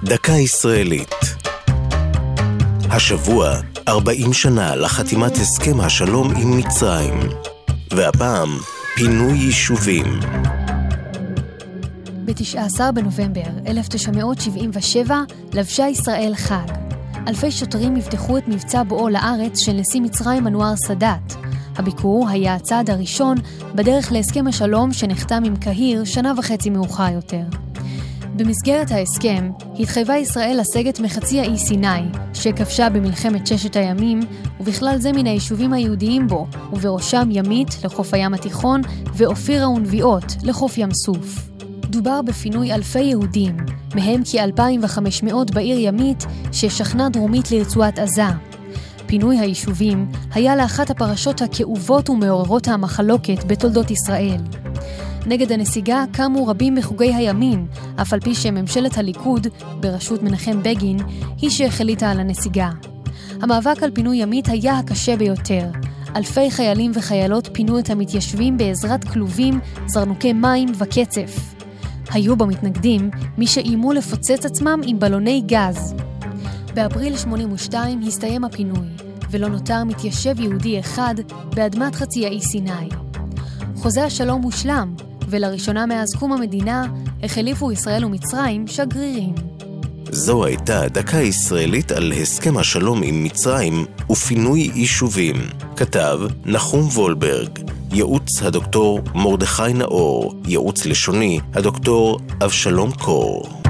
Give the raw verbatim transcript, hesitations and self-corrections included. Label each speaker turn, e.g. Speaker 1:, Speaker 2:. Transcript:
Speaker 1: דקה ישראלית. השבוע ארבעים שנה לחתימת הסכם השלום עם מצרים, והפעם פינוי יישובים.
Speaker 2: ב-תשעה עשר בנובמבר אלף תשע מאות שבעים ושבע לבשה ישראל חג. אלפי שוטרים יפתחו את מבצע בואו לארץ של נשיא מצרים אנואר סאדאת. הביקור היה הצעד הראשון בדרך להסכם השלום שנחתם עם קהיר שנה וחצי מאוחר יותר. במסגרת ההסכם התחייבה ישראל לסגת מחצי האי סיני, שכבשה במלחמת ששת הימים, ובכלל זה מן היישובים היהודיים בו, ובראשם ימית לחוף הים התיכון ואופירה ונביעות לחוף ים סוף. דובר בפינוי אלפי יהודים, מהם כ-אלפיים וחמש מאות בעיר ימית ששכנה דרומית לרצועת עזה. פינוי היישובים היה לאחת הפרשות הכאובות ומעוררות המחלוקת בתולדות ישראל. נגד הנסיגה קמו רבים מחוגי הימין, אף על פי שממשלת הליכוד, בראשות מנחם בגין, היא שהחליטה על הנסיגה. המאבק על פינוי ימית היה הקשה ביותר. אלפי חיילים וחיילות פינו את המתיישבים בעזרת כלובים, זרנוקי מים וקצף. היו במתנגדים מי שאיימו לפוצץ עצמם עם בלוני גז. באפריל שמונים ושתיים הסתיים הפינוי, ולא נותר מתיישב יהודי אחד באדמת חצי האי סיני. חוזה השלום מושלם, ולראשונה מאז קום המדינה החליפו ישראל ומצרים שגרירים.
Speaker 1: זו הייתה דקה ישראלית על הסכם השלום עם מצרים ופינוי יישובים. כתב נחום וולברג, ייעוץ הדוקטור מרדכי נאור, ייעוץ לשוני הדוקטור אבשלום קור.